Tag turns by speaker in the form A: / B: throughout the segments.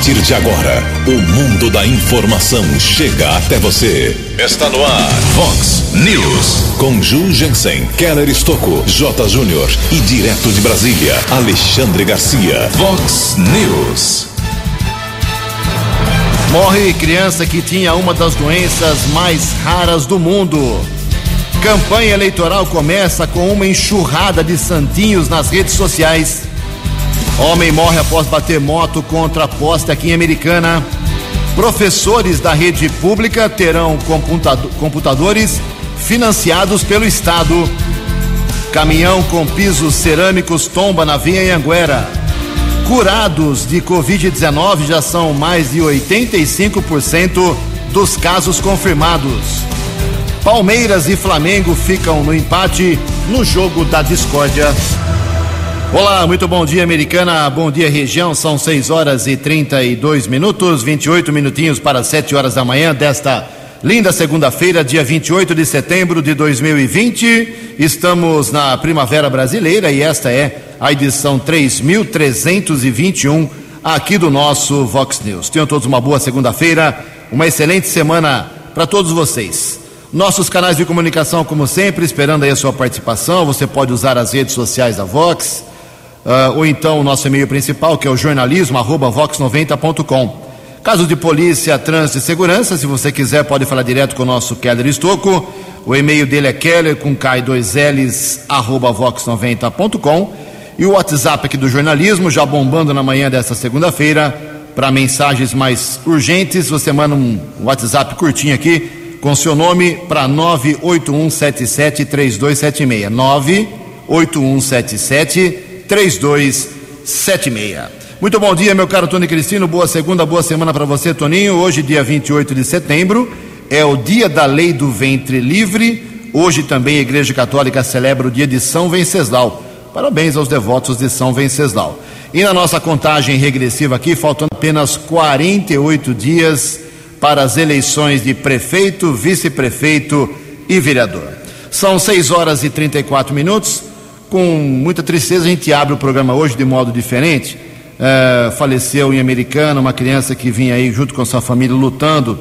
A: partir de agora, o mundo da informação chega até você. Está no ar, Vox News. Com Ju Jensen, Keller Estocco, J. Júnior e direto de Brasília, Alexandre Garcia. Vox News.
B: Morre criança que tinha uma das doenças mais raras do mundo. Campanha eleitoral começa com uma enxurrada de santinhos nas redes sociais. Homem morre após bater moto contra poste aqui em Americana. Professores da rede pública terão computadores financiados pelo Estado. Caminhão com pisos cerâmicos tomba na via Anhanguera. Curados de Covid-19 já são mais de 85% dos casos confirmados. Palmeiras e Flamengo ficam no empate no jogo da discórdia. Olá, muito bom dia, Americana, bom dia, região. São 6 horas e 32 minutos, 28 minutinhos para 7 horas da manhã desta linda segunda-feira, dia 28 de setembro de 2020. Estamos na Primavera Brasileira e esta é a edição 3.321 aqui do nosso Vox News. Tenham todos uma boa segunda-feira, uma excelente semana para todos vocês. Nossos canais de comunicação, como sempre, esperando aí a sua participação. Você pode usar as redes sociais da Vox, ou então o nosso e-mail principal, que é o jornalismo@vox90.com. Casos de polícia, trânsito e segurança, se você quiser pode falar direto com o nosso Keller Estocco. O e-mail dele é keller@vox90.com. E o WhatsApp aqui do jornalismo, já bombando na manhã desta segunda-feira, para mensagens mais urgentes, você manda um WhatsApp curtinho aqui, com seu nome, para 981773276. 981773276. Muito bom dia, meu caro Tony Cristino. Boa segunda, boa semana para você, Toninho. Hoje, dia 28 de setembro, é o dia da lei do ventre livre. Hoje também a Igreja Católica celebra o dia de São Venceslau. Parabéns aos devotos de São Venceslau. E na nossa contagem regressiva aqui, faltam apenas 48 dias para as eleições de prefeito, vice-prefeito e vereador. São 6 horas e 34 minutos. Com muita tristeza a gente abre o programa hoje de modo diferente. Faleceu em Americana uma criança que vinha aí junto com sua família lutando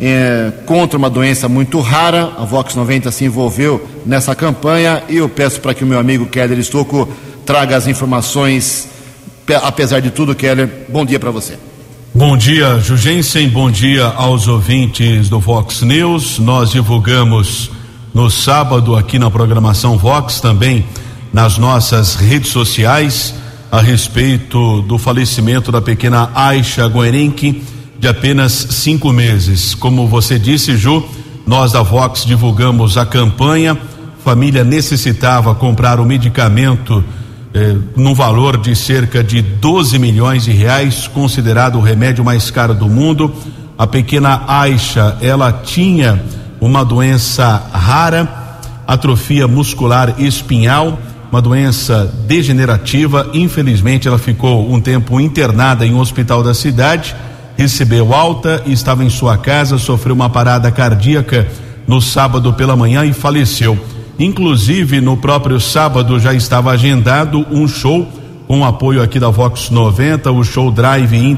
B: contra uma doença muito rara. A Vox 90 se envolveu nessa campanha e eu peço para que o meu amigo Keller Estocco traga as informações. Apesar de tudo, Keller, bom dia para você.
C: Bom dia, Jugensen, bom dia aos ouvintes do Vox News. Nós divulgamos no sábado aqui na programação Vox, também nas nossas redes sociais, a respeito do falecimento da pequena Aisha Guerenque, de apenas 5 meses. Como você disse, Ju, nós da Vox divulgamos a campanha. Família necessitava comprar o medicamento num valor de cerca de 12 milhões de reais, considerado o remédio mais caro do mundo. A pequena Aisha, ela tinha uma doença rara, atrofia muscular espinhal, uma doença degenerativa. Infelizmente ela ficou um tempo internada em um hospital da cidade, recebeu alta e estava em sua casa, sofreu uma parada cardíaca no sábado pela manhã e faleceu. Inclusive no próprio sábado já estava agendado um show com apoio aqui da Vox 90, o show Drive em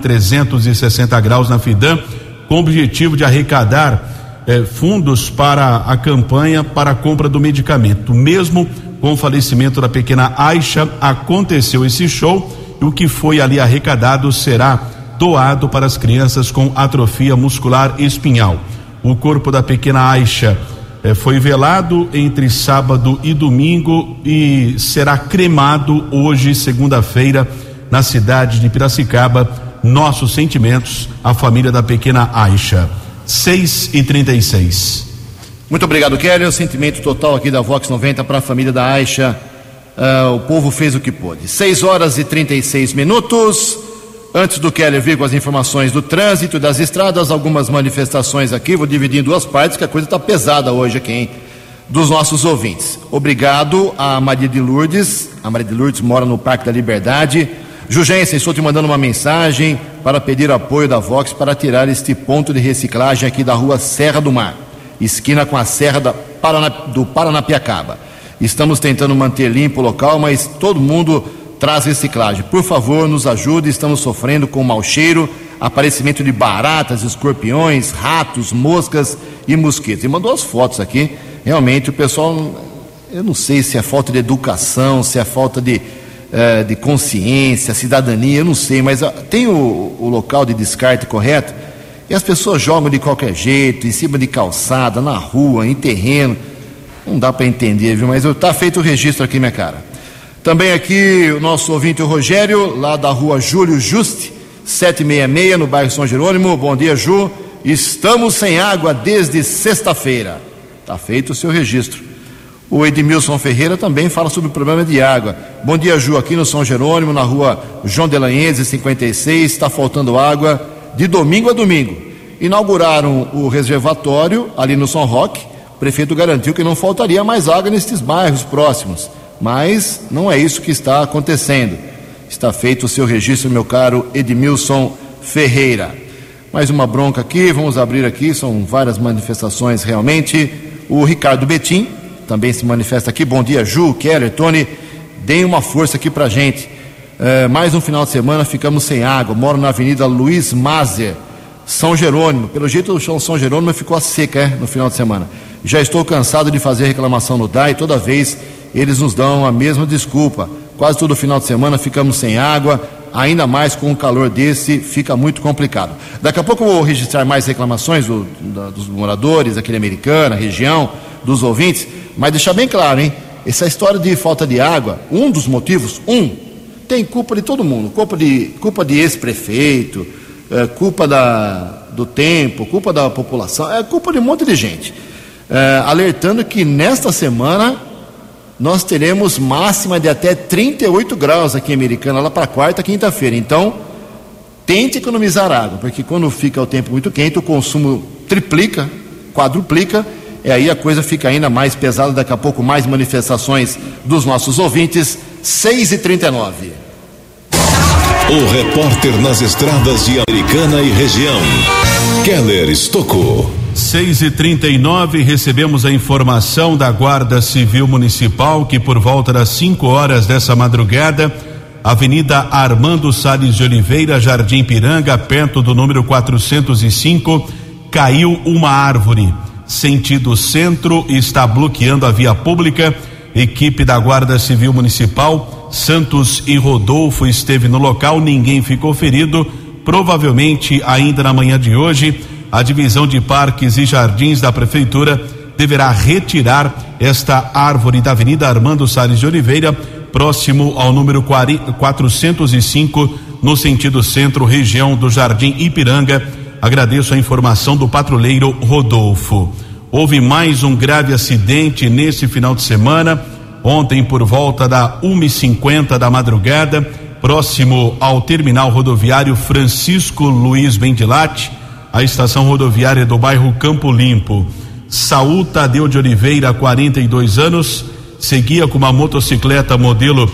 C: 360 graus na Fidam, com o objetivo de arrecadar fundos para a campanha para a compra do medicamento. Mesmo com o falecimento da pequena Aisha, aconteceu esse show e o que foi ali arrecadado será doado para as crianças com atrofia muscular espinhal. O corpo da pequena Aisha foi velado entre sábado e domingo e será cremado hoje, segunda-feira, na cidade de Piracicaba. Nossos sentimentos à família da pequena Aisha. 6h36.
B: Muito obrigado, Kelly. O sentimento total aqui da Vox 90 para a família da Aisha. O povo fez o que pôde. 6 horas e 36 minutos. Antes do Keller vir com as informações do trânsito e das estradas, algumas manifestações aqui, vou dividir em duas partes, que a coisa está pesada hoje aqui, hein? Dos nossos ouvintes. Obrigado a Maria de Lourdes. A Maria de Lourdes mora no Parque da Liberdade. Jugensen, estou te mandando uma mensagem para pedir apoio da Vox para tirar este ponto de reciclagem aqui da rua Serra do Mar, esquina com a Serra do Paranapiacaba. Estamos tentando manter limpo o local, mas todo mundo traz reciclagem. Por favor, nos ajude, estamos sofrendo com mau cheiro, aparecimento de baratas, escorpiões, ratos, moscas e mosquitos. E mandou as fotos aqui. Realmente o pessoal, eu não sei se é falta de educação, se é falta de consciência, cidadania, eu não sei, mas tem o local de descarte correto e as pessoas jogam de qualquer jeito, em cima de calçada, na rua, em terreno. Não dá para entender, viu? Mas tá feito o registro aqui, minha cara. Também aqui o nosso ouvinte, o Rogério, lá da rua Júlio Juste, 766, no bairro São Jerônimo. Bom dia, Ju. Estamos sem água desde sexta-feira. Tá feito o seu registro. O Edmilson Ferreira também fala sobre o problema de água. Bom dia, Ju, aqui no São Jerônimo, na rua João Delanhese, 56, está faltando água de domingo a domingo. Inauguraram o reservatório ali no São Roque. O prefeito garantiu que não faltaria mais água nestes bairros próximos. Mas não é isso que está acontecendo. Está feito o seu registro, meu caro Edmilson Ferreira. Mais uma bronca aqui, vamos abrir aqui, são várias manifestações realmente. O Ricardo Betim também se manifesta aqui. Bom dia, Ju, Keller, Tony, deem uma força aqui pra gente. Mais um final de semana ficamos sem água. Moro na Avenida Luiz Mazer, São Jerônimo. Pelo jeito o chão São Jerônimo ficou a seca no final de semana. Já estou cansado de fazer reclamação no DAI, toda vez eles nos dão a mesma desculpa. Quase todo final de semana ficamos sem água, ainda mais com um calor desse, fica muito complicado. Daqui a pouco eu vou registrar mais reclamações dos moradores, aqui da Americana, região, dos ouvintes, mas deixar bem claro, hein? Essa história de falta de água, um dos motivos, tem culpa de todo mundo, culpa de ex-prefeito, culpa do tempo, culpa da população, é culpa de um monte de gente. Alertando que nesta semana nós teremos máxima de até 38 graus aqui em Americana, lá para quarta, quinta-feira. Então, tente economizar água, porque quando fica o tempo muito quente, o consumo triplica, quadruplica, e aí a coisa fica ainda mais pesada. Daqui a pouco mais manifestações dos nossos ouvintes. 6h39.
A: O repórter nas estradas de Americana e região, Keller Estocco.
C: 6h39, recebemos a informação da Guarda Civil Municipal que por volta das 5 horas dessa madrugada, Avenida Armando Salles de Oliveira, Jardim Piranga, perto do número 405, caiu uma árvore. Sentido centro, está bloqueando a via pública. Equipe da Guarda Civil Municipal, Santos e Rodolfo esteve no local, ninguém ficou ferido. Provavelmente ainda na manhã de hoje, a Divisão de Parques e Jardins da Prefeitura deverá retirar esta árvore da Avenida Armando Salles de Oliveira, próximo ao número 405, no sentido centro, região do Jardim Ipiranga. Agradeço a informação do patrulheiro Rodolfo. Houve mais um grave acidente nesse final de semana, ontem por volta da 1h50 da madrugada, próximo ao terminal rodoviário Francisco Luiz Bendilate, a estação rodoviária do bairro Campo Limpo. Saul Tadeu de Oliveira, 42 anos, seguia com uma motocicleta modelo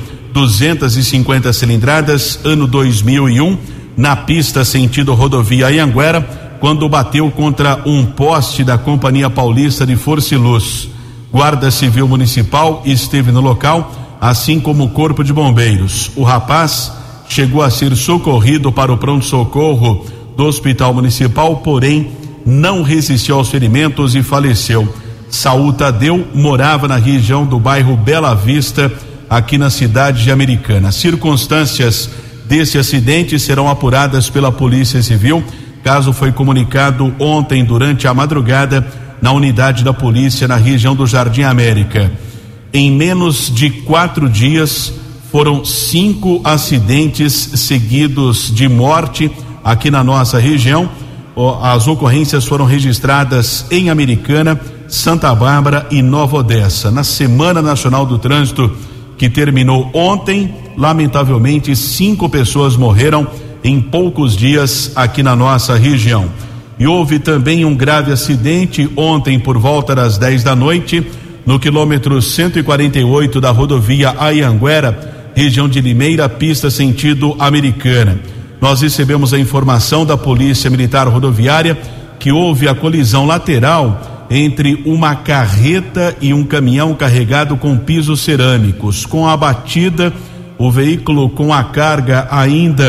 C: 250 cilindradas, ano 2001, na pista sentido rodovia Anhanguera, quando bateu contra um poste da Companhia Paulista de Força e Luz. Guarda Civil Municipal esteve no local, assim como o Corpo de Bombeiros. O rapaz chegou a ser socorrido para o pronto-socorro do Hospital Municipal, porém não resistiu aos ferimentos e faleceu. Saul Tadeu morava na região do bairro Bela Vista, aqui na cidade de Americana. Circunstâncias desse acidente serão apuradas pela Polícia Civil. Caso foi comunicado ontem durante a madrugada na unidade da polícia na região do Jardim América. Em menos de 4 dias foram 5 acidentes seguidos de morte aqui na nossa região. As ocorrências foram registradas em Americana, Santa Bárbara e Nova Odessa. Na Semana Nacional do Trânsito, que terminou ontem, lamentavelmente 5 pessoas morreram em poucos dias aqui na nossa região. E houve também um grave acidente ontem por volta das 10 da noite, no quilômetro 148 da rodovia Anhanguera, região de Limeira, pista sentido Americana. Nós recebemos a informação da Polícia Militar Rodoviária que houve a colisão lateral entre uma carreta e um caminhão carregado com pisos cerâmicos. Com a batida, o veículo com a carga ainda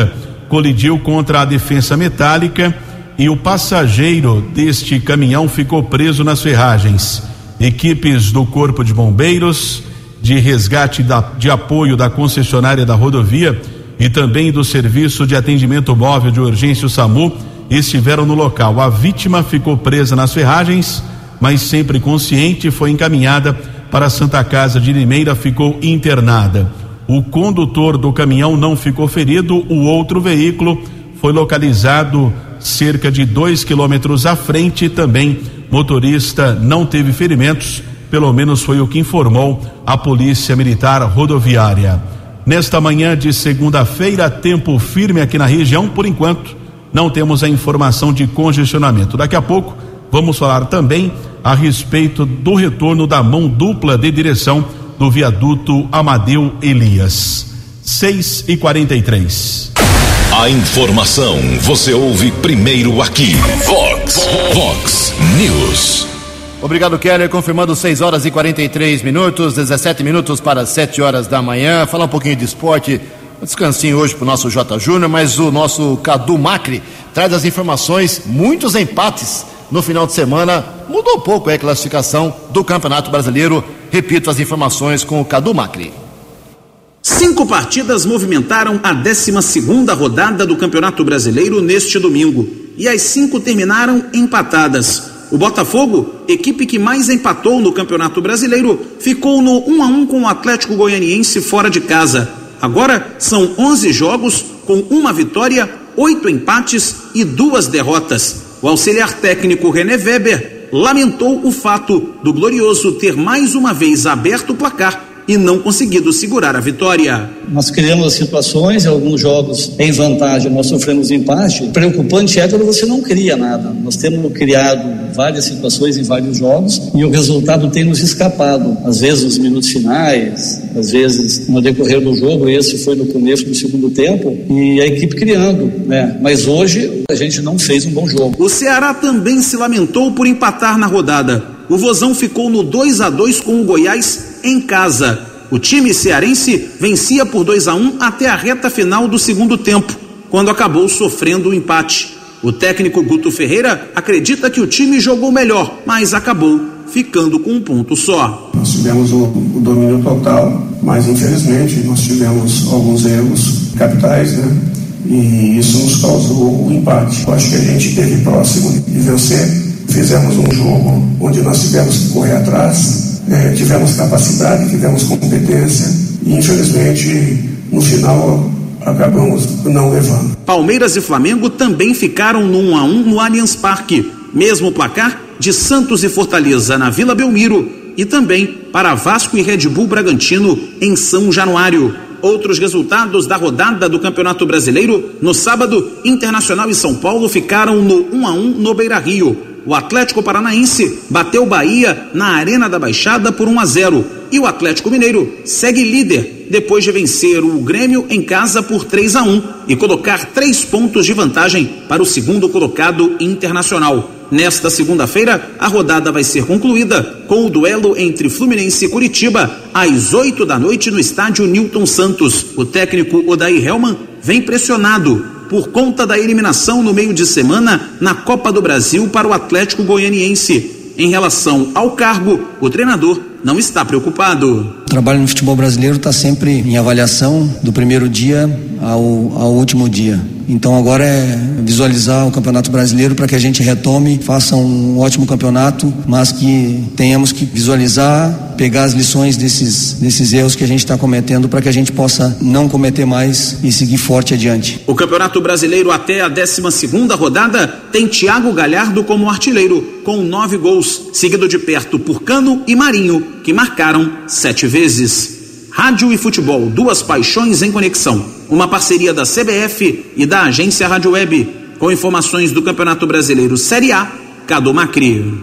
C: colidiu contra a defensa metálica e o passageiro deste caminhão ficou preso nas ferragens. Equipes do Corpo de Bombeiros, de resgate de apoio da concessionária da rodovia e também do Serviço de Atendimento Móvel de Urgência, o SAMU, estiveram no local. A vítima ficou presa nas ferragens, mas sempre consciente, foi encaminhada para a Santa Casa de Limeira, ficou internada. O condutor do caminhão não ficou ferido, o outro veículo foi localizado cerca de 2 quilômetros à frente, também motorista não teve ferimentos, pelo menos foi o que informou a Polícia Militar Rodoviária. Nesta manhã de segunda-feira, tempo firme aqui na região, por enquanto não temos a informação de congestionamento. Daqui a pouco vamos falar também a respeito do retorno da mão dupla de direção do viaduto Amadeu Elias. 6h43.
A: A informação você ouve primeiro aqui. Vox News.
B: Obrigado, Keller. Confirmando 6h43, 17 minutos para 7 horas da manhã. Falar um pouquinho de esporte. Um descansinho hoje pro nosso J. Júnior, mas o nosso Cadu Macri traz as informações, muitos empates no final de semana. Mudou um pouco a classificação do Campeonato Brasileiro. Repito as informações com o Cadu Macri.
D: 5 partidas movimentaram a 12ª rodada do Campeonato Brasileiro neste domingo. E as 5 terminaram empatadas. O Botafogo, equipe que mais empatou no Campeonato Brasileiro, ficou no 1-1 com o Atlético Goianiense fora de casa. Agora são 11 jogos com 1 vitória, 8 empates e 2 derrotas. O auxiliar técnico René Weber lamentou o fato do Glorioso ter mais uma vez aberto o placar e não conseguido segurar a vitória.
E: Nós criamos as situações, em alguns jogos em vantagem, nós sofremos empate. O preocupante é quando você não cria nada. Nós temos criado várias situações em vários jogos e o resultado tem nos escapado. Às vezes nos minutos finais, às vezes no decorrer do jogo, esse foi no começo do segundo tempo, e a equipe criando, né? Mas hoje a gente não fez um bom jogo.
D: O Ceará também se lamentou por empatar na rodada. O Vozão ficou no 2-2 com o Goiás em casa. O time cearense vencia por 2-1 até a reta final do segundo tempo, quando acabou sofrendo o empate. O técnico Guto Ferreira acredita que o time jogou melhor, mas acabou ficando com um ponto só.
F: Nós tivemos o domínio total, mas infelizmente nós tivemos alguns erros capitais, né? E isso nos causou o empate. Eu acho que a gente esteve próximo de vencer. Fizemos um jogo onde nós tivemos que correr atrás, tivemos capacidade, tivemos competência e infelizmente no final acabamos não levando.
D: Palmeiras e Flamengo também ficaram no 1-1 no Allianz Parque, mesmo placar de Santos e Fortaleza na Vila Belmiro e também para Vasco e Red Bull Bragantino em São Januário. Outros resultados da rodada do Campeonato Brasileiro: no sábado, Internacional e São Paulo ficaram no 1-1 no Beira-Rio. O Atlético Paranaense bateu o Bahia na Arena da Baixada por 1-0 e o Atlético Mineiro segue líder depois de vencer o Grêmio em casa por 3-1 e colocar 3 pontos de vantagem para o segundo colocado Internacional. Nesta segunda-feira, a rodada vai ser concluída com o duelo entre Fluminense e Curitiba às 8 da noite no estádio Newton Santos. O técnico Odair Hellmann vem pressionado por conta da eliminação no meio de semana na Copa do Brasil para o Atlético Goianiense. Em relação ao cargo, o treinador não está preocupado.
E: O trabalho no futebol brasileiro está sempre em avaliação do primeiro dia ao último dia. Então agora é visualizar o Campeonato Brasileiro para que a gente retome, faça um ótimo campeonato, mas que tenhamos que visualizar, pegar as lições desses erros que a gente está cometendo para que a gente possa não cometer mais e seguir forte adiante.
D: O Campeonato Brasileiro até a 12ª rodada tem Thiago Galhardo como artilheiro, com 9 gols, seguido de perto por Cano e Marinho, que marcaram 7 vezes. Rádio e futebol, 2 paixões em conexão. Uma parceria da CBF e da agência Rádio Web. Com informações do Campeonato Brasileiro Série A, Cadu Macri.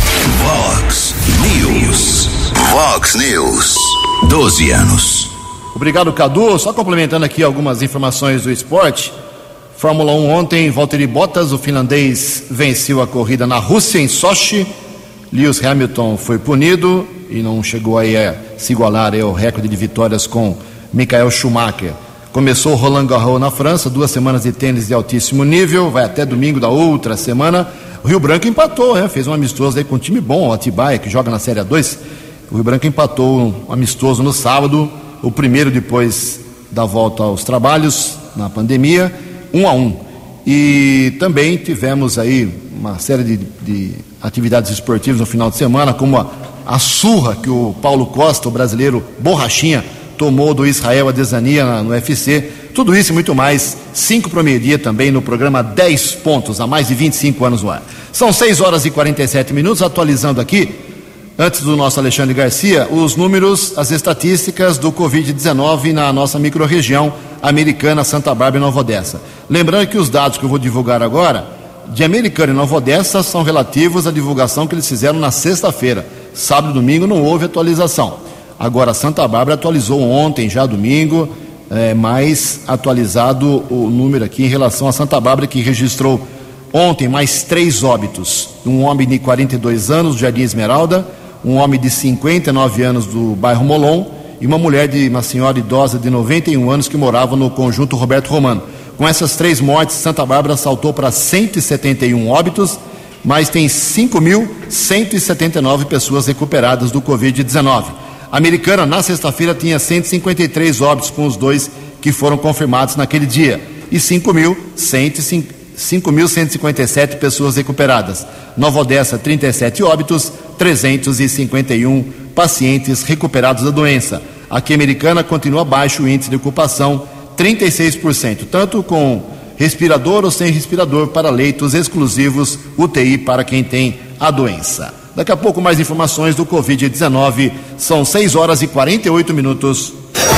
A: Vox News. Vox News. 12 anos.
B: Obrigado, Cadu. Só complementando aqui algumas informações do esporte. Fórmula 1 ontem, Valtteri Bottas, o finlandês, venceu a corrida na Rússia, em Sochi. Lewis Hamilton foi punido e não chegou aí a se igualar ao recorde de vitórias com Michael Schumacher. Começou o Roland Garros na França, 2 semanas de tênis de altíssimo nível, vai até domingo da outra semana. O Rio Branco empatou, fez um amistoso aí com um time bom, o Atibaia, que joga na Série A2. O Rio Branco empatou um amistoso no sábado, o primeiro depois da volta aos trabalhos na pandemia, 1-1. E também tivemos aí uma série de atividades esportivas no final de semana, como a surra que o Paulo Costa, o brasileiro borrachinha, tomou do Israel Adesanya no UFC. Tudo isso e muito mais, 5 para o meio-dia também no programa 10 Pontos, há mais de 25 anos no ar. São 6 horas e 47 minutos, atualizando aqui, antes do nosso Alexandre Garcia, os números, as estatísticas do Covid-19 na nossa microrregião Americana, Santa Bárbara e Nova Odessa. Lembrando que os dados que eu vou divulgar agora, de Americana e Nova Odessa, são relativos à divulgação que eles fizeram na sexta-feira. Sábado e domingo não houve atualização. Agora, Santa Bárbara atualizou ontem, já domingo, mais atualizado o número aqui em relação a Santa Bárbara, que registrou ontem mais 3 óbitos. Um homem de 42 anos, do Jardim Esmeralda, um homem de 59 anos do bairro Molon e uma senhora idosa de 91 anos que morava no conjunto Roberto Romano. Com essas 3 mortes, Santa Bárbara saltou para 171 óbitos, mas tem 5.179 pessoas recuperadas do Covid-19. A Americana, na sexta-feira, tinha 153 óbitos com os 2 que foram confirmados naquele dia e 5.157 pessoas recuperadas. Nova Odessa, 37 óbitos, 351 pacientes recuperados da doença. Aqui, Americana, continua baixo o índice de ocupação, 36%, tanto com respirador ou sem respirador para leitos exclusivos UTI para quem tem a doença. Daqui a pouco mais informações do Covid-19, são 6 horas e 48 minutos.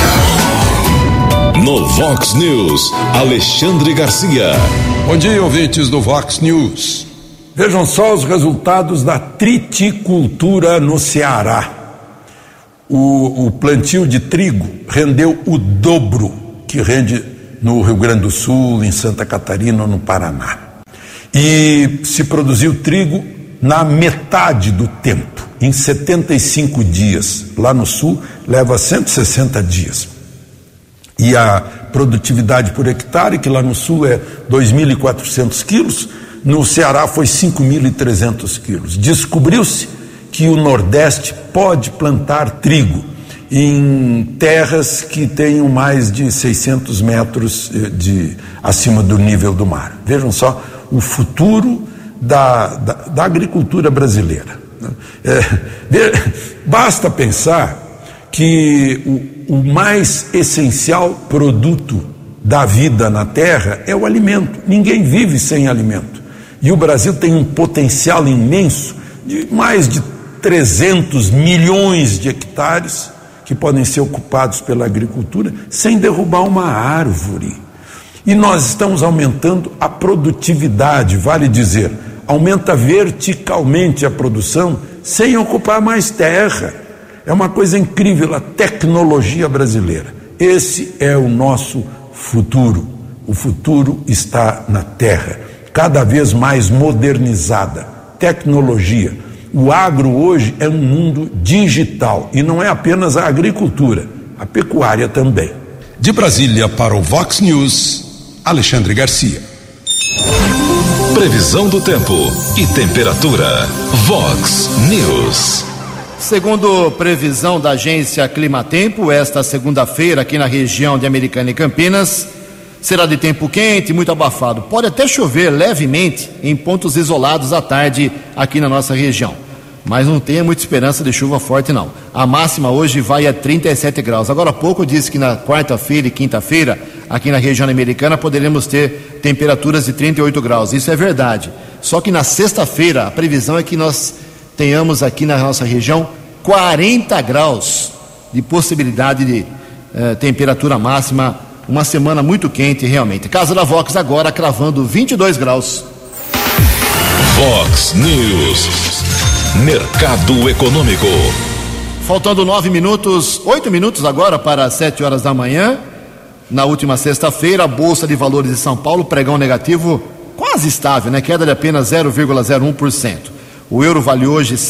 A: No Vox News, Alexandre Garcia.
G: Bom dia, ouvintes do Vox News. Vejam só os resultados da triticultura no Ceará. O plantio de trigo rendeu o dobro que rende no Rio Grande do Sul, em Santa Catarina ou no Paraná. E se produziu trigo na metade do tempo, em 75 dias. Lá no Sul leva 160 dias. E a produtividade por hectare, que lá no Sul é 2.400 quilos, no Ceará foi 5.300 quilos. Descobriu-se que o Nordeste pode plantar trigo em terras que tenham mais de 600 metros acima do nível do mar. Vejam só o futuro da agricultura brasileira. Basta pensar que o mais essencial produto da vida na terra é o alimento. Ninguém vive sem alimento. E o Brasil tem um potencial imenso de mais de 300 milhões de hectares que podem ser ocupados pela agricultura sem derrubar uma árvore. E nós estamos aumentando a produtividade, vale dizer, aumenta verticalmente a produção sem ocupar mais terra. É uma coisa incrível a tecnologia brasileira. Esse é o nosso futuro. O futuro está na terra, cada vez mais modernizada. Tecnologia. O agro hoje é um mundo digital e não é apenas a agricultura, a pecuária também.
H: De Brasília para o Vox News, Alexandre Garcia.
A: Previsão do tempo e temperatura. Vox News.
B: Segundo previsão da agência Climatempo, esta segunda-feira aqui na região de Americana e Campinas será de tempo quente, muito abafado. Pode até chover levemente em pontos isolados à tarde aqui na nossa região, mas não tenha muita esperança de chuva forte não. A máxima hoje vai a 37 graus. Agora há pouco eu disse que na quarta-feira e quinta-feira aqui na região americana poderemos ter temperaturas de 38 graus. Isso é verdade. Só que na sexta-feira a previsão é que nós tenhamos aqui na nossa região 40 graus de possibilidade de temperatura máxima. Uma semana muito quente realmente. Casa da Vox agora cravando 22 graus.
A: Vox News. Mercado Econômico.
B: Faltando 8 minutos agora para 7 horas da manhã. Na última sexta-feira, a Bolsa de Valores de São Paulo, pregão negativo quase estável, queda de apenas 0,01%. O euro vale hoje R$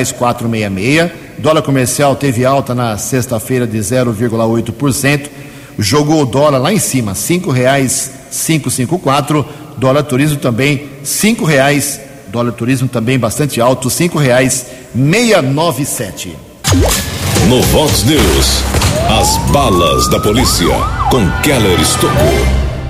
B: 6,466. Dólar comercial teve alta na sexta-feira de 0,8%. Jogou o dólar lá em cima, R$5,554, dólar turismo também R$5, dólar turismo também bastante alto, R$5,697.
A: No Vox News, as balas da polícia com Keller Estocou.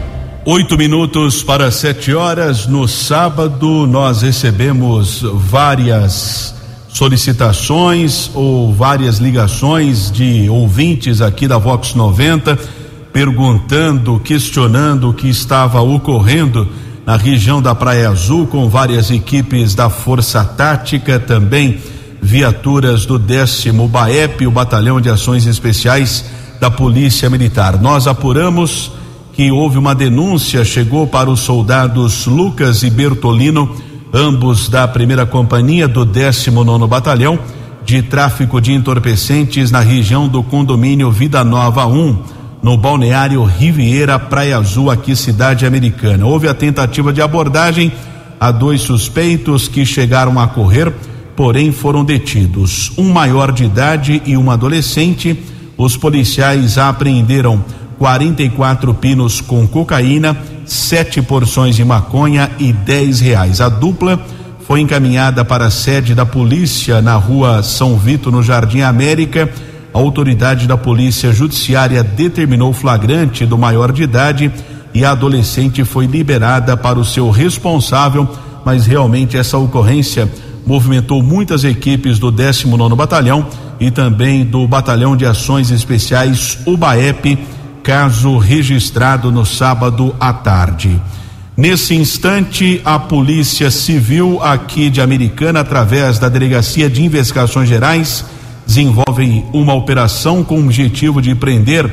C: 8:07. No sábado nós recebemos várias solicitações ou várias ligações de ouvintes aqui da Vox 90 perguntando, questionando o que estava ocorrendo na região da Praia Azul, com várias equipes da Força Tática, também viaturas do 10º BAEP, o Batalhão de Ações Especiais da Polícia Militar. Nós apuramos que houve uma denúncia, chegou para os soldados Lucas e Bertolino, ambos da 1ª Companhia do 19º Batalhão, de tráfico de entorpecentes na região do condomínio Vida Nova 1, no balneário Riviera Praia Azul, aqui cidade americana. Houve a tentativa de abordagem a 2 suspeitos que chegaram a correr, porém foram detidos. Um maior de idade e um adolescente. Os policiais apreenderam 44 pinos com cocaína, 7 porções de maconha e R$10. A dupla foi encaminhada para a sede da polícia na rua São Vito, no Jardim América. A autoridade da polícia judiciária determinou o flagrante do maior de idade e a adolescente foi liberada para o seu responsável, mas realmente essa ocorrência movimentou muitas equipes do 19º Batalhão e também do Batalhão de Ações Especiais, o BAEP, caso registrado no sábado à tarde. Nesse instante, a Polícia Civil aqui de Americana, através da Delegacia de Investigações Gerais, desenvolve uma operação com o objetivo de prender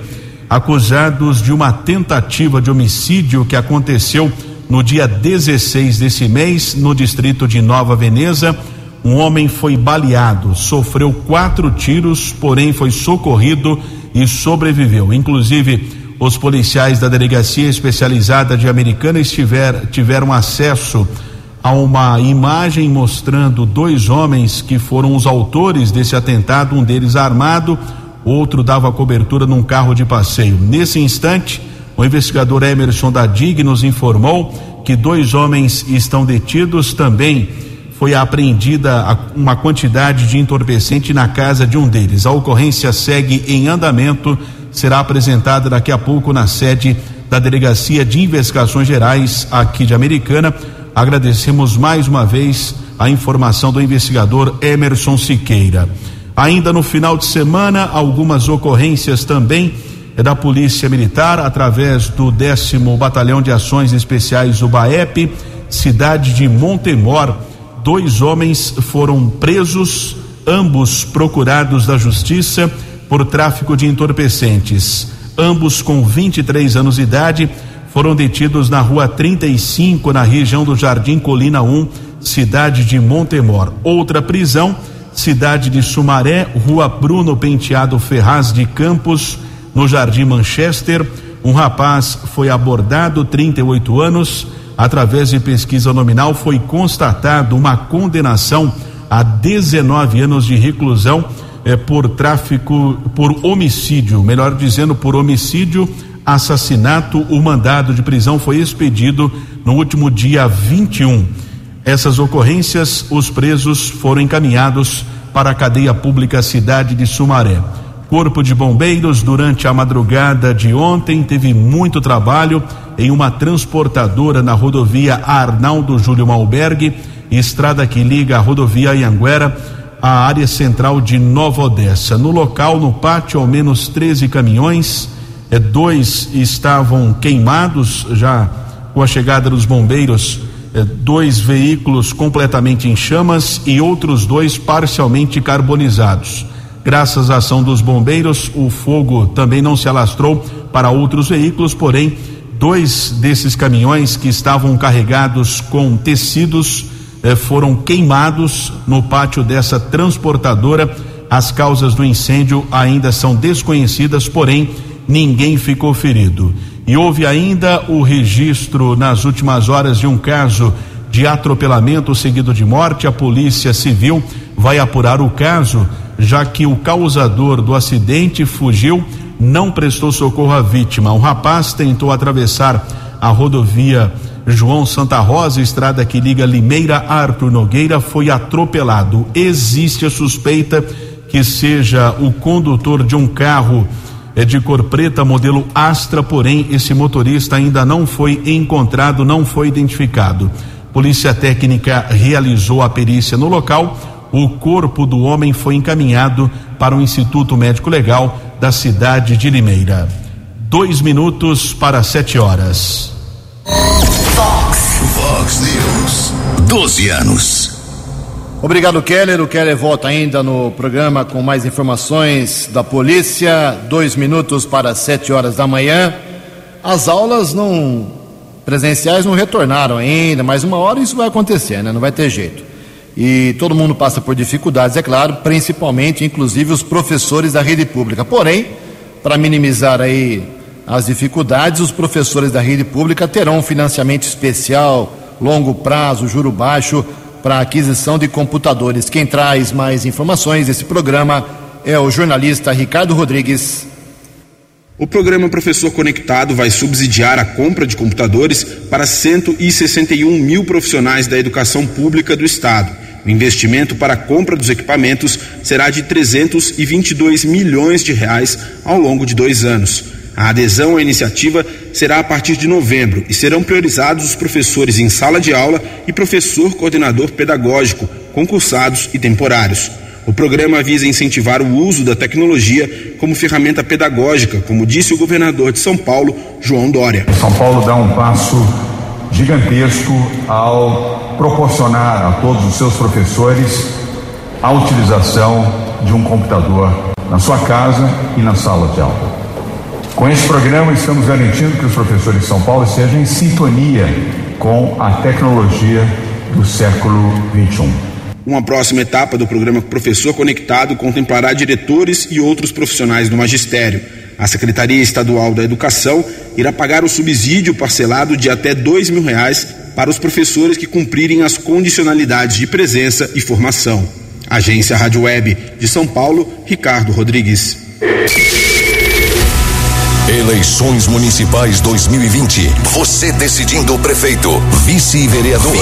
C: acusados de uma tentativa de homicídio que aconteceu no dia 16 desse mês, no distrito de Nova Veneza. Um homem foi baleado, sofreu 4 tiros, porém foi socorrido e sobreviveu. Inclusive, os policiais da Delegacia Especializada de Americana tiveram acesso a uma imagem mostrando 2 homens que foram os autores desse atentado, um deles armado, outro dava cobertura num carro de passeio. Nesse instante, o investigador Emerson da DIG nos informou que 2 homens estão detidos. Também foi apreendida uma quantidade de entorpecente na casa de um deles. A ocorrência segue em andamento, será apresentada daqui a pouco na sede da Delegacia de Investigações Gerais aqui de Americana. Agradecemos mais uma vez a informação do investigador Emerson Siqueira. Ainda no final de semana, algumas ocorrências também da Polícia Militar, através do 10º Batalhão de Ações Especiais, o BAEP, cidade de Montemor. 2 homens foram presos, ambos procurados da Justiça por tráfico de entorpecentes. Ambos com 23 anos de idade foram detidos na rua 35, na região do Jardim Colina 1, cidade de Montemor. Outra prisão, cidade de Sumaré, rua Bruno Penteado Ferraz de Campos, no Jardim Manchester. Um rapaz foi abordado, 38 anos. Através de pesquisa nominal foi constatado uma condenação a 19 anos de reclusão por tráfico, por homicídio, melhor dizendo, por homicídio, assassinato. O mandado de prisão foi expedido no último dia 21. Essas ocorrências, os presos foram encaminhados para a cadeia pública cidade de Sumaré. Corpo de Bombeiros, durante a madrugada de ontem, teve muito trabalho em uma transportadora na rodovia Arnaldo Júlio Malberg, estrada que liga a rodovia Anhanguera à área central de Nova Odessa. No local, no pátio, ao menos 13 caminhões, 2 estavam queimados. Já com a chegada dos bombeiros, 2 veículos completamente em chamas e outros 2 parcialmente carbonizados. Graças à ação dos bombeiros, o fogo também não se alastrou para outros veículos, porém 2 desses caminhões que estavam carregados com tecidos foram queimados no pátio dessa transportadora. As causas do incêndio ainda são desconhecidas, porém ninguém ficou ferido. E houve ainda o registro nas últimas horas de um caso de atropelamento seguido de morte. A Polícia Civil vai apurar o caso, já que o causador do acidente fugiu não prestou socorro à vítima. Um rapaz tentou atravessar a rodovia João Santa Rosa, estrada que liga Limeira a Arthur Nogueira, foi atropelado. Existe a suspeita que seja o condutor de um carro de cor preta, modelo Astra, porém esse motorista ainda não foi encontrado, não foi identificado. Polícia Técnica realizou a perícia no local. O corpo do homem foi encaminhado para o Instituto Médico Legal da cidade de Limeira. 6:02
A: Vox News, 12 anos.
B: Obrigado, Keller. O Keller volta ainda no programa com mais informações da polícia. 6:02 da manhã. As aulas presenciais não retornaram ainda, mas uma hora isso vai acontecer, né? Não vai ter jeito. E todo mundo passa por dificuldades, é claro, principalmente, inclusive, os professores da rede pública. Porém, para minimizar aí as dificuldades, os professores da rede pública terão um financiamento especial, longo prazo, juro baixo, para aquisição de computadores. Quem traz mais informações desse programa é o jornalista Ricardo Rodrigues.
I: O programa Professor Conectado vai subsidiar a compra de computadores para 161 mil profissionais da educação pública do Estado. O investimento para a compra dos equipamentos será de 322 milhões de reais ao longo de 2 anos. A adesão à iniciativa será a partir de novembro e serão priorizados os professores em sala de aula e professor coordenador pedagógico, concursados e temporários. O programa visa incentivar o uso da tecnologia como ferramenta pedagógica, como disse o governador de São Paulo, João Dória.
J: São Paulo dá um passo gigantesco ao proporcionar a todos os seus professores a utilização de um computador na sua casa e na sala de aula. Com esse programa, estamos garantindo que os professores de São Paulo sejam em sintonia com a tecnologia do século XXI.
I: Uma próxima etapa do programa Professor Conectado contemplará diretores e outros profissionais do magistério. A Secretaria Estadual da Educação irá pagar o subsídio parcelado de até R$2.000 para os professores que cumprirem as condicionalidades de presença e formação. Agência Rádio Web de São Paulo, Ricardo Rodrigues.
A: Eleições Municipais 2020. Você decidindo o prefeito, vice-vereador.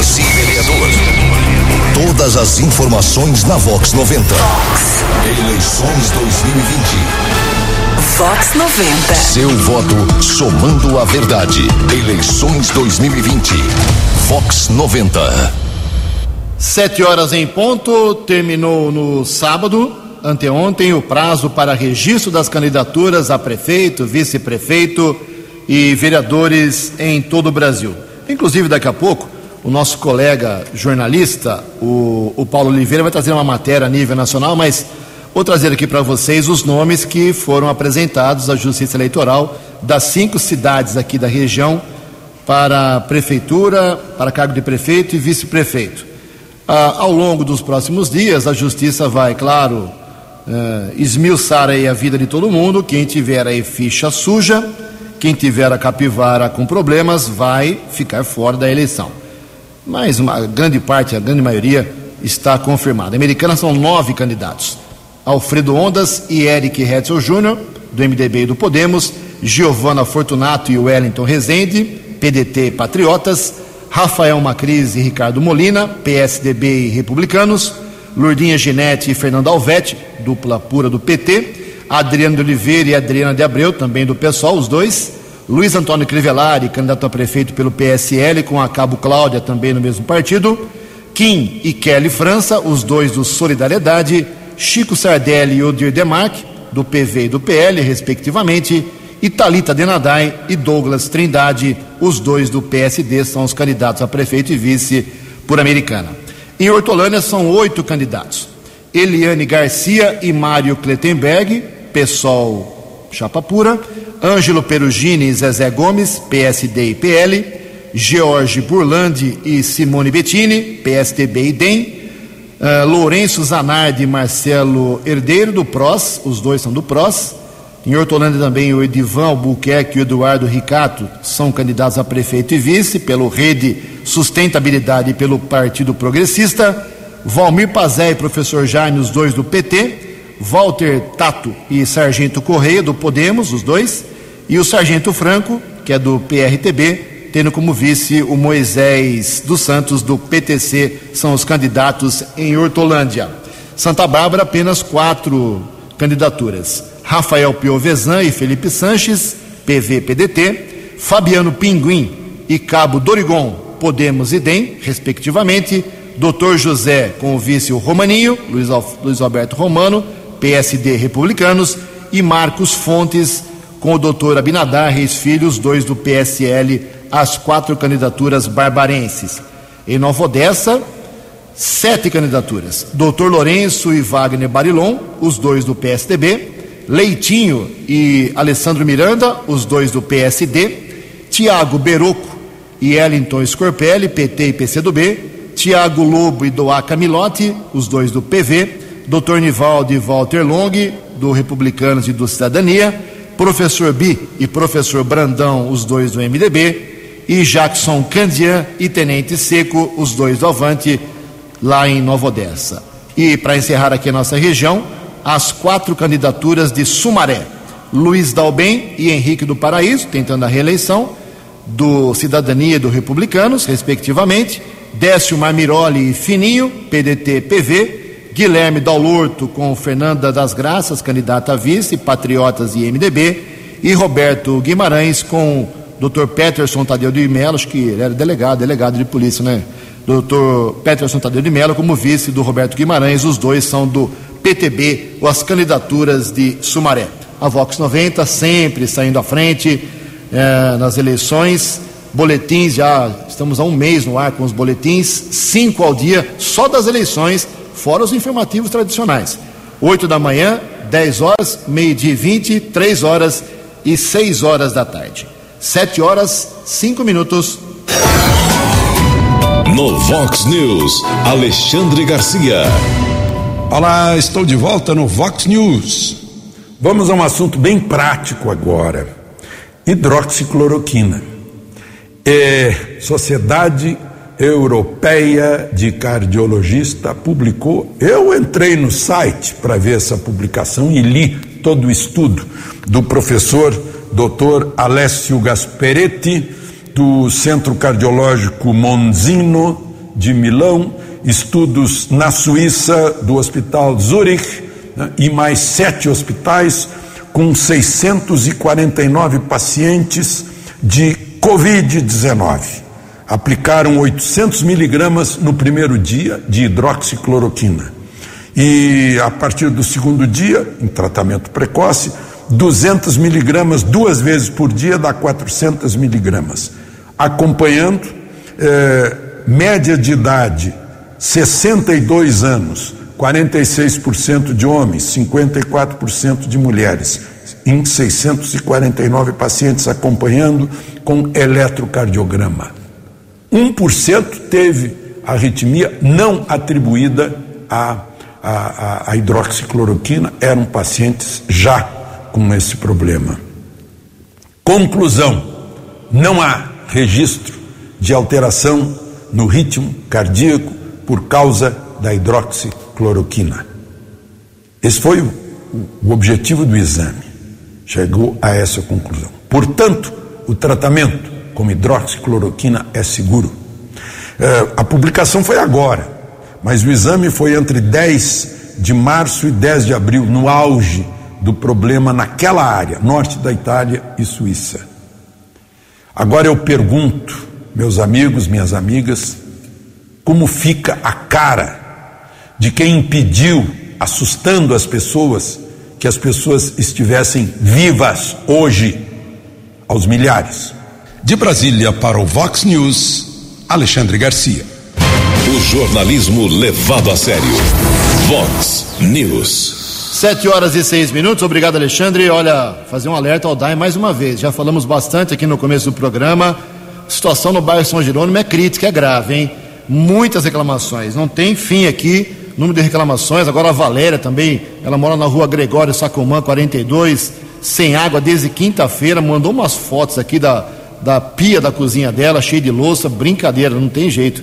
A: Todas as informações na Vox 90. Eleições 2020.
K: Vox 90.
A: Seu voto somando a verdade. Eleições 2020. Vox 90.
B: 7h em ponto. Terminou no sábado, anteontem, o prazo para registro das candidaturas a prefeito, vice-prefeito e vereadores em todo o Brasil. Inclusive, daqui a pouco, o nosso colega jornalista, o Paulo Oliveira, vai trazer uma matéria a nível nacional, mas vou trazer aqui para vocês os nomes que foram apresentados à Justiça Eleitoral das 5 cidades aqui da região para prefeitura, para cargo de prefeito e vice-prefeito. Ao longo dos próximos dias, a Justiça vai, claro, esmiuçar aí a vida de todo mundo. Quem tiver aí ficha suja, quem tiver a capivara com problemas, vai ficar fora da eleição. Mas uma grande parte, a grande maioria, está confirmada. Americana são 9 candidatos: Alfredo Ondas e Eric Hetzel Jr., do MDB e do Podemos, Giovana Fortunato e Wellington Rezende, PDT e Patriotas, Rafael Macris e Ricardo Molina, PSDB e Republicanos, Lourdinha Ginete e Fernando Alvete, dupla pura do PT, Adriano de Oliveira e Adriana de Abreu, também do PSOL, os dois, Luiz Antônio Crivellari, candidato a prefeito pelo PSL, com a Cabo Cláudia, também no mesmo partido, Kim e Kelly França, os dois do Solidariedade, Chico Sardelli e Odir Demarque, do PV e do PL, respectivamente, e Thalita Denadai e Douglas Trindade, os dois do PSD, são os candidatos a prefeito e vice por Americana. Em Hortolândia são 8 candidatos: Eliane Garcia e Mário Klettenberg, PSOL, chapa pura, Ângelo Perugini e Zezé Gomes, PSD e PL, George Burlandi e Simone Bettini, PSDB e DEM, Lourenço Zanardi e Marcelo Herdeiro, do PROS, os dois são do PROS. Em Hortolândia também o Edivan Albuquerque e o Eduardo Ricato são candidatos a prefeito e vice, pelo Rede Sustentabilidade e pelo Partido Progressista. Valmir Pazé e professor Jaime, os dois do PT. Walter Tato e Sargento Correia, do Podemos, os dois, e o Sargento Franco, que é do PRTB, tendo como vice o Moisés dos Santos, do PTC, são os candidatos em Hortolândia. Santa Bárbara, apenas 4 candidaturas. Rafael Piovesan e Felipe Sanches, PV-PDT, Fabiano Pinguim e Cabo Dorigon, Podemos e DEM, respectivamente, Dr. José com o vice o Romaninho, Luiz Alberto Romano, PSD Republicanos, e Marcos Fontes com o Dr. Abinadar Reis Filho, os dois do PSL, as 4 candidaturas barbarenses. Em Nova Odessa, 7 candidaturas. Dr. Lourenço e Wagner Barilon, os dois do PSDB, Leitinho e Alessandro Miranda, os dois do PSD, Tiago Beroco e Wellington Scorpelli, PT e PCdoB, Tiago Lobo e Doá Camilotti, os dois do PV, Dr. Nivaldo e Walter Long, do Republicanos e do Cidadania, Professor Bi e Professor Brandão, os dois do MDB, e Jackson Candian e Tenente Seco, os dois do Avante, lá em Nova Odessa. E para encerrar aqui a nossa região, as 4 candidaturas de Sumaré: Luiz Dalben e Henrique do Paraíso, tentando a reeleição, do Cidadania e do Republicanos, respectivamente, Décio Marmiroli e Fininho, PDT-PV, Guilherme Dalorto com Fernanda das Graças, candidata a vice, Patriotas e MDB, e Roberto Guimarães com Dr. Peterson Tadeu de Mello, acho que ele era delegado de polícia, né? Dr. Peterson Tadeu de Mello como vice do Roberto Guimarães, os dois são do PTB, ou as candidaturas de Sumaré. A Vox 90 sempre saindo à frente nas eleições, boletins, já estamos há um mês no ar com os boletins, 5 ao dia, só das eleições, fora os informativos tradicionais. 8 da manhã, 10 horas, meio-dia e 20, 3 horas e 6 horas da tarde. 7 horas, 5 minutos.
A: No Vox News, Alexandre Garcia.
G: Olá, estou de volta no Vox News. Vamos a um assunto bem prático agora. Hidroxicloroquina. Sociedade Europeia de Cardiologista publicou. Eu entrei no site para ver essa publicação e li todo o estudo do professor Dr. Alessio Gasperetti, do Centro Cardiológico Monzino de Milão, estudos na Suíça do Hospital Zurich, né, e mais 7 hospitais com 649 pacientes de Covid-19. Aplicaram 800 miligramas no primeiro dia de hidroxicloroquina. E a partir do segundo dia, em tratamento precoce, 200 miligramas 2 vezes por dia dá 400 miligramas. Acompanhando, média de idade, 62 anos, 46% de homens, 54% de mulheres, em 649 pacientes acompanhando com eletrocardiograma. 1% teve arritmia não atribuída à hidroxicloroquina, eram pacientes já com esse problema. Conclusão: não há registro de alteração no ritmo cardíaco por causa da hidroxicloroquina. Esse foi o objetivo do exame. Chegou a essa conclusão. Portanto, o tratamento com hidroxicloroquina é seguro. A publicação foi agora, mas o exame foi entre 10 de março e 10 de abril, no auge do problema naquela área, norte da Itália e Suíça. Agora eu pergunto, meus amigos, minhas amigas, como fica a cara de quem impediu, assustando as pessoas, que as pessoas estivessem vivas hoje, aos milhares.
H: De Brasília para o Vox News, Alexandre Garcia.
A: O jornalismo levado a sério. Vox News.
B: 7 horas e 6 minutos. Obrigado, Alexandre. Olha, fazer um alerta ao DAI mais uma vez. Já falamos bastante aqui no começo do programa. A situação no bairro São Jerônimo é crítica, é grave, hein? Muitas reclamações. Não tem fim aqui. Número de reclamações. Agora a Valéria também, ela mora na rua Gregório Sacomã, 42, sem água desde quinta-feira. Mandou umas fotos aqui da pia da cozinha dela, cheia de louça. Brincadeira, não tem jeito.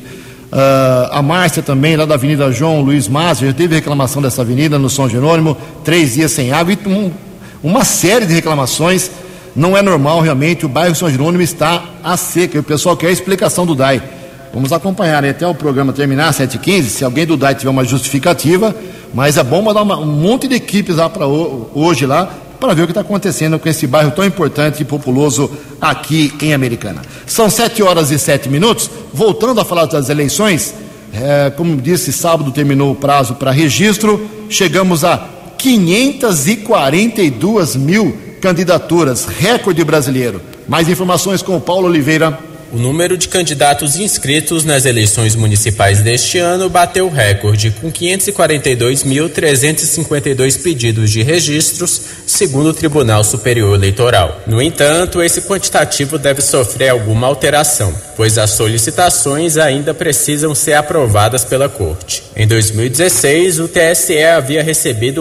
B: A Márcia também, lá da Avenida João Luiz Mazer, teve reclamação dessa avenida no São Jerônimo, 3 dias sem água e uma série de reclamações. Não é normal, realmente, o bairro São Jerônimo está a seca. O pessoal quer a explicação do DAI. Vamos acompanhar até o programa terminar, 7h15, se alguém do DAI tiver uma justificativa, mas é bom mandar um monte de equipes lá para hoje lá, para ver o que está acontecendo com esse bairro tão importante e populoso aqui em Americana. São 7h07. Voltando a falar das eleições, como disse, sábado terminou o prazo para registro, chegamos a 542 mil candidaturas, recorde brasileiro. Mais informações com o Paulo Oliveira.
L: O número de candidatos inscritos nas eleições municipais deste ano bateu recorde, com 542.352 pedidos de registros, segundo o Tribunal Superior Eleitoral. No entanto, esse quantitativo deve sofrer alguma alteração, pois as solicitações ainda precisam ser aprovadas pela Corte. Em 2016, o TSE havia recebido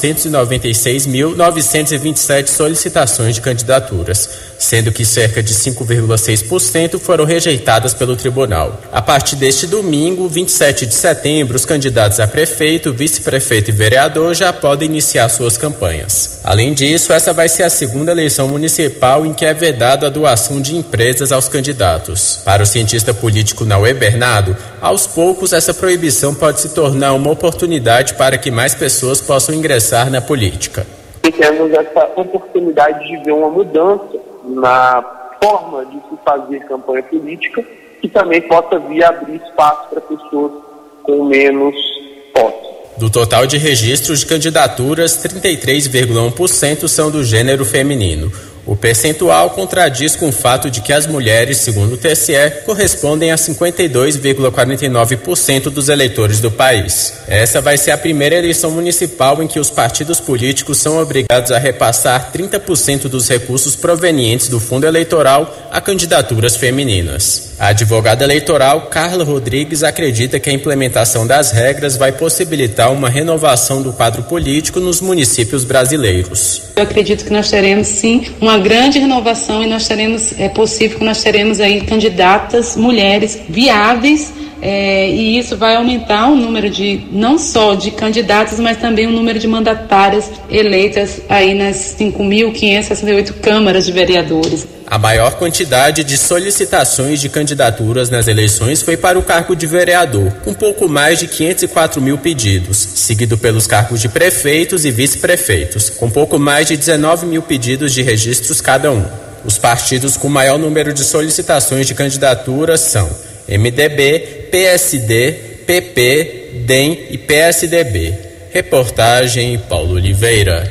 L: 496.927 solicitações de candidaturas, sendo que cerca de 5,6% foram rejeitadas pelo tribunal. A partir deste domingo, 27 de setembro, os candidatos a prefeito, vice-prefeito e vereador já podem iniciar suas campanhas. Além disso, essa vai ser a segunda eleição municipal em que é vedado a doação de empresas aos candidatos. Para o cientista político Nauê Bernardo, aos poucos essa proibição pode se tornar uma oportunidade para que mais pessoas possam ingressar na política.
M: Temos essa oportunidade de ver uma mudança na forma de se fazer campanha política, que também possa vir abrir espaço para pessoas com menos posse.
L: Do total de registros de candidaturas, 33,1% são do gênero feminino. O percentual contradiz com o fato de que as mulheres, segundo o TSE, correspondem a 52,49% dos eleitores do país. Essa vai ser a primeira eleição municipal em que os partidos políticos são obrigados a repassar 30% dos recursos provenientes do fundo eleitoral a candidaturas femininas. A advogada eleitoral Carla Rodrigues acredita que a implementação das regras vai possibilitar uma renovação do quadro político nos municípios brasileiros.
N: Eu acredito que nós teremos sim uma grande renovação e nós teremos, é possível que nós teremos aí candidatas mulheres viáveis, e isso vai aumentar o número de, não só de candidatas, mas também o número de mandatárias eleitas aí nas 5.568 câmaras de vereadores.
L: A maior quantidade de solicitações de candidaturas nas eleições foi para o cargo de vereador, com pouco mais de 504 mil pedidos, seguido pelos cargos de prefeitos e vice-prefeitos, com pouco mais de 19 mil pedidos de registros cada um. Os partidos com maior número de solicitações de candidaturas são MDB, PSD, PP, DEM e PSDB. Reportagem Paulo Oliveira.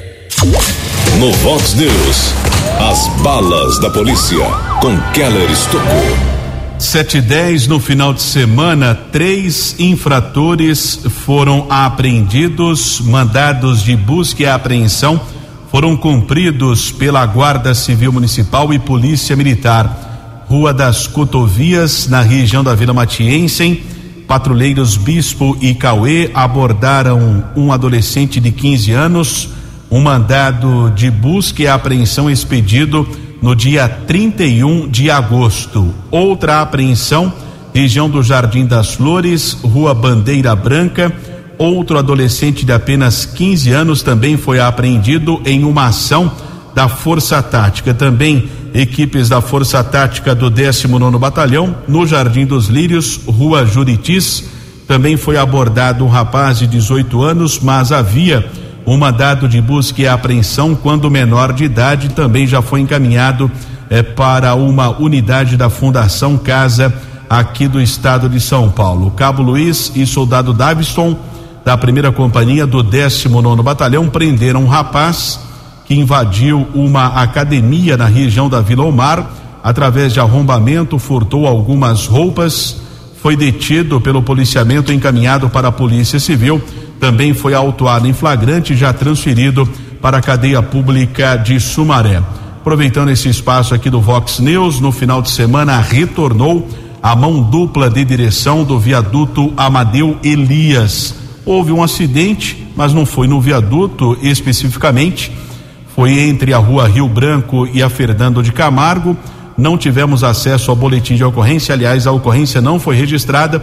A: No Vox News, as balas da polícia com Keller Estocou.
C: 7h10, no final de semana, 3 infratores foram apreendidos, mandados de busca e apreensão foram cumpridos pela Guarda Civil Municipal e Polícia Militar. Rua das Cotovias, na região da Vila Matiense, patrulheiros Bispo e Cauê abordaram um adolescente de 15 anos, um mandado de busca e apreensão expedido no dia 31 de agosto. Outra apreensão, região do Jardim das Flores, Rua Bandeira Branca, outro adolescente de apenas 15 anos também foi apreendido em uma ação da Força Tática. Também equipes da Força Tática do 19º Batalhão, no Jardim dos Lírios, Rua Juritis, também foi abordado um rapaz de 18 anos, mas havia um mandado de busca e apreensão quando menor de idade, também já foi encaminhado para uma unidade da Fundação Casa aqui do estado de São Paulo. Cabo Luiz e soldado Davidson, da 1ª Companhia do 19º Batalhão, prenderam um rapaz que invadiu uma academia na região da Vila Omar, através de arrombamento, furtou algumas roupas, foi detido pelo policiamento, encaminhado para a Polícia Civil, também foi autuado em flagrante, já transferido para a cadeia pública de Sumaré. Aproveitando esse espaço aqui do Vox News, no final de semana retornou a mão dupla de direção do viaduto Amadeu Elias. Houve um acidente, mas não foi no viaduto especificamente, foi entre a Rua Rio Branco e a Fernando de Camargo. Não tivemos acesso ao boletim de ocorrência, aliás, a ocorrência não foi registrada.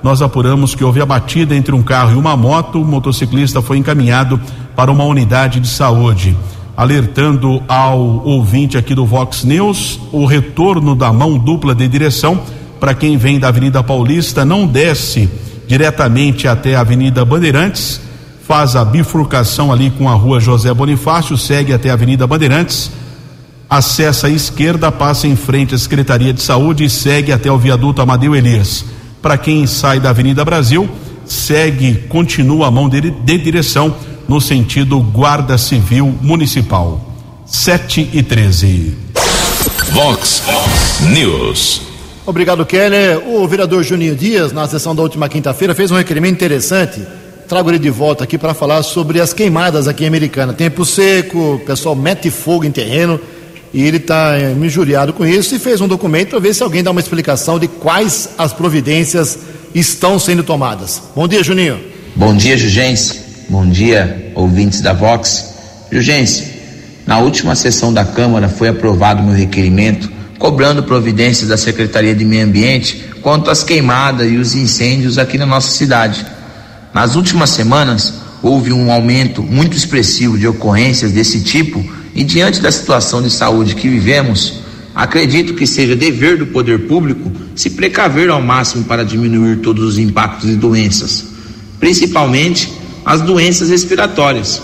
C: nós apuramos que houve a batida entre um carro e uma moto. O motociclista foi encaminhado para uma unidade de saúde. Alertando ao ouvinte aqui do Vox News, o retorno da mão dupla de direção para quem vem da Avenida Paulista, não desce diretamente até a Avenida Bandeirantes, faz a bifurcação ali com a Rua José Bonifácio, segue até a Avenida Bandeirantes, acessa a esquerda, passa em frente à Secretaria de Saúde e segue até o viaduto Amadeu Elias. Para quem sai da Avenida Brasil, continua a mão de direção no sentido Guarda Civil Municipal. 7:13.
A: Vox News.
B: Obrigado, Keller. O vereador Juninho Dias, na sessão da última quinta-feira, fez um requerimento interessante. Trago ele de volta aqui para falar sobre as queimadas aqui em Americana. Tempo seco, o pessoal mete fogo em terreno e ele está injuriado com isso e fez um documento para ver se alguém dá uma explicação de quais as providências estão sendo tomadas. Bom dia, Juninho.
O: Bom dia, Jugense. Bom dia, ouvintes da Vox. Jugense, na última sessão da Câmara foi aprovado meu requerimento cobrando providências da Secretaria de Meio Ambiente quanto às queimadas e os incêndios aqui na nossa cidade. Nas últimas semanas, houve um aumento muito expressivo de ocorrências desse tipo e, diante da situação de saúde que vivemos, acredito que seja dever do poder público se precaver ao máximo para diminuir todos os impactos de doenças, principalmente as doenças respiratórias.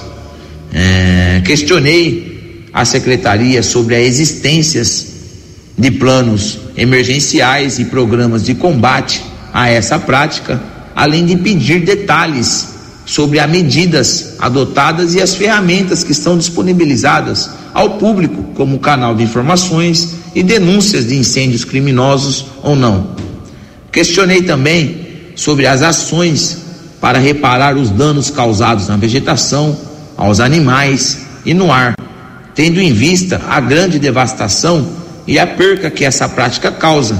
O: Questionei a Secretaria sobre a existência de planos emergenciais e programas de combate a essa prática, além de pedir detalhes sobre as medidas adotadas e as ferramentas que estão disponibilizadas ao público como canal de informações e denúncias de incêndios criminosos ou não. Questionei também sobre as ações para reparar os danos causados na vegetação, aos animais e no ar, tendo em vista a grande devastação e a perca que essa prática causa.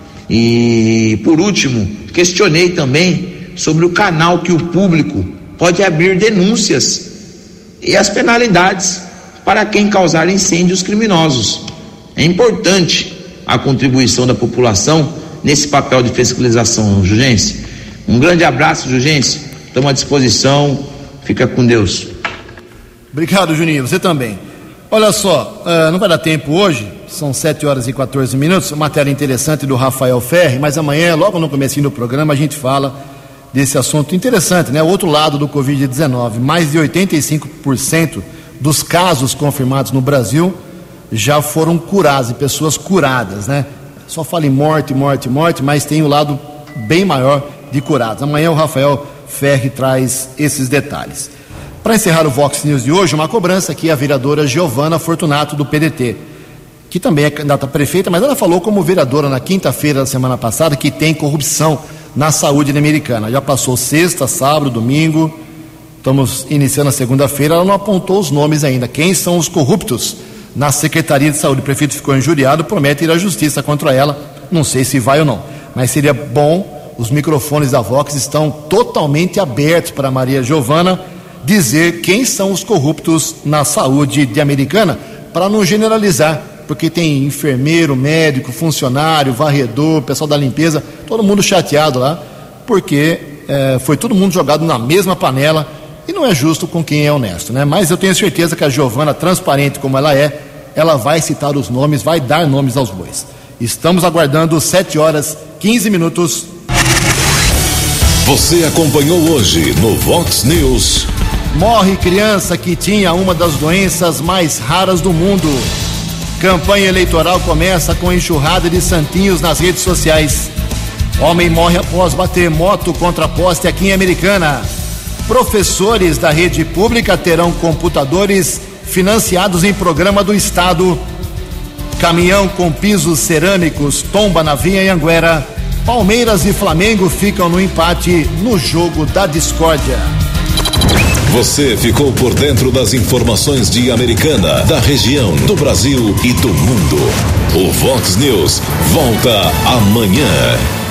O: E, por último, questionei também sobre o canal que o público pode abrir denúncias e as penalidades para quem causar incêndios criminosos. É importante a contribuição da população nesse papel de fiscalização, Jugense. Um grande abraço, Jugense. Estamos à disposição. Fica com Deus.
B: Obrigado, Juninho. Você também. Olha só, não vai dar tempo hoje, são 7:14, matéria interessante do Rafael Ferri, mas amanhã, logo no comecinho do programa, a gente fala desse assunto interessante, né? O outro lado do Covid-19, mais de 85% dos casos confirmados no Brasil já foram curados, e pessoas curadas, né? Só fala em morte, mas tem o lado bem maior de curados. Amanhã o Rafael Ferri traz esses detalhes. Para encerrar o Vox News de hoje, uma cobrança aqui à vereadora Giovana Fortunato, do PDT, que também é candidata a prefeita, mas ela falou como vereadora na quinta-feira da semana passada que tem corrupção na saúde Americana. Já passou sexta, sábado, domingo, estamos iniciando a segunda-feira, ela não apontou os nomes ainda. Quem são os corruptos na Secretaria de Saúde? O prefeito ficou injuriado, promete ir à justiça contra ela, não sei se vai ou não, mas seria bom, os microfones da Vox estão totalmente abertos para Maria Giovana dizer quem são os corruptos na saúde de Americana, para não generalizar, porque tem enfermeiro, médico, funcionário, varredor, pessoal da limpeza, todo mundo chateado lá, porque foi todo mundo jogado na mesma panela e não é justo com quem é honesto, né? Mas eu tenho certeza que a Giovana, transparente como ela é, ela vai citar os nomes, vai dar nomes aos bois. Estamos aguardando 7:15.
A: Você acompanhou hoje no Vox News.
B: Morre criança que tinha uma das doenças mais raras do mundo. Campanha eleitoral começa com enxurrada de santinhos nas redes sociais. Homem morre após bater moto contra poste aqui em Americana. Professores da rede pública terão computadores financiados em programa do Estado. Caminhão com pisos cerâmicos tomba na via Anhanguera. Palmeiras e Flamengo ficam no empate no jogo da discórdia.
A: Você ficou por dentro das informações de Americana, da região, do Brasil e do mundo. O Vox News volta amanhã.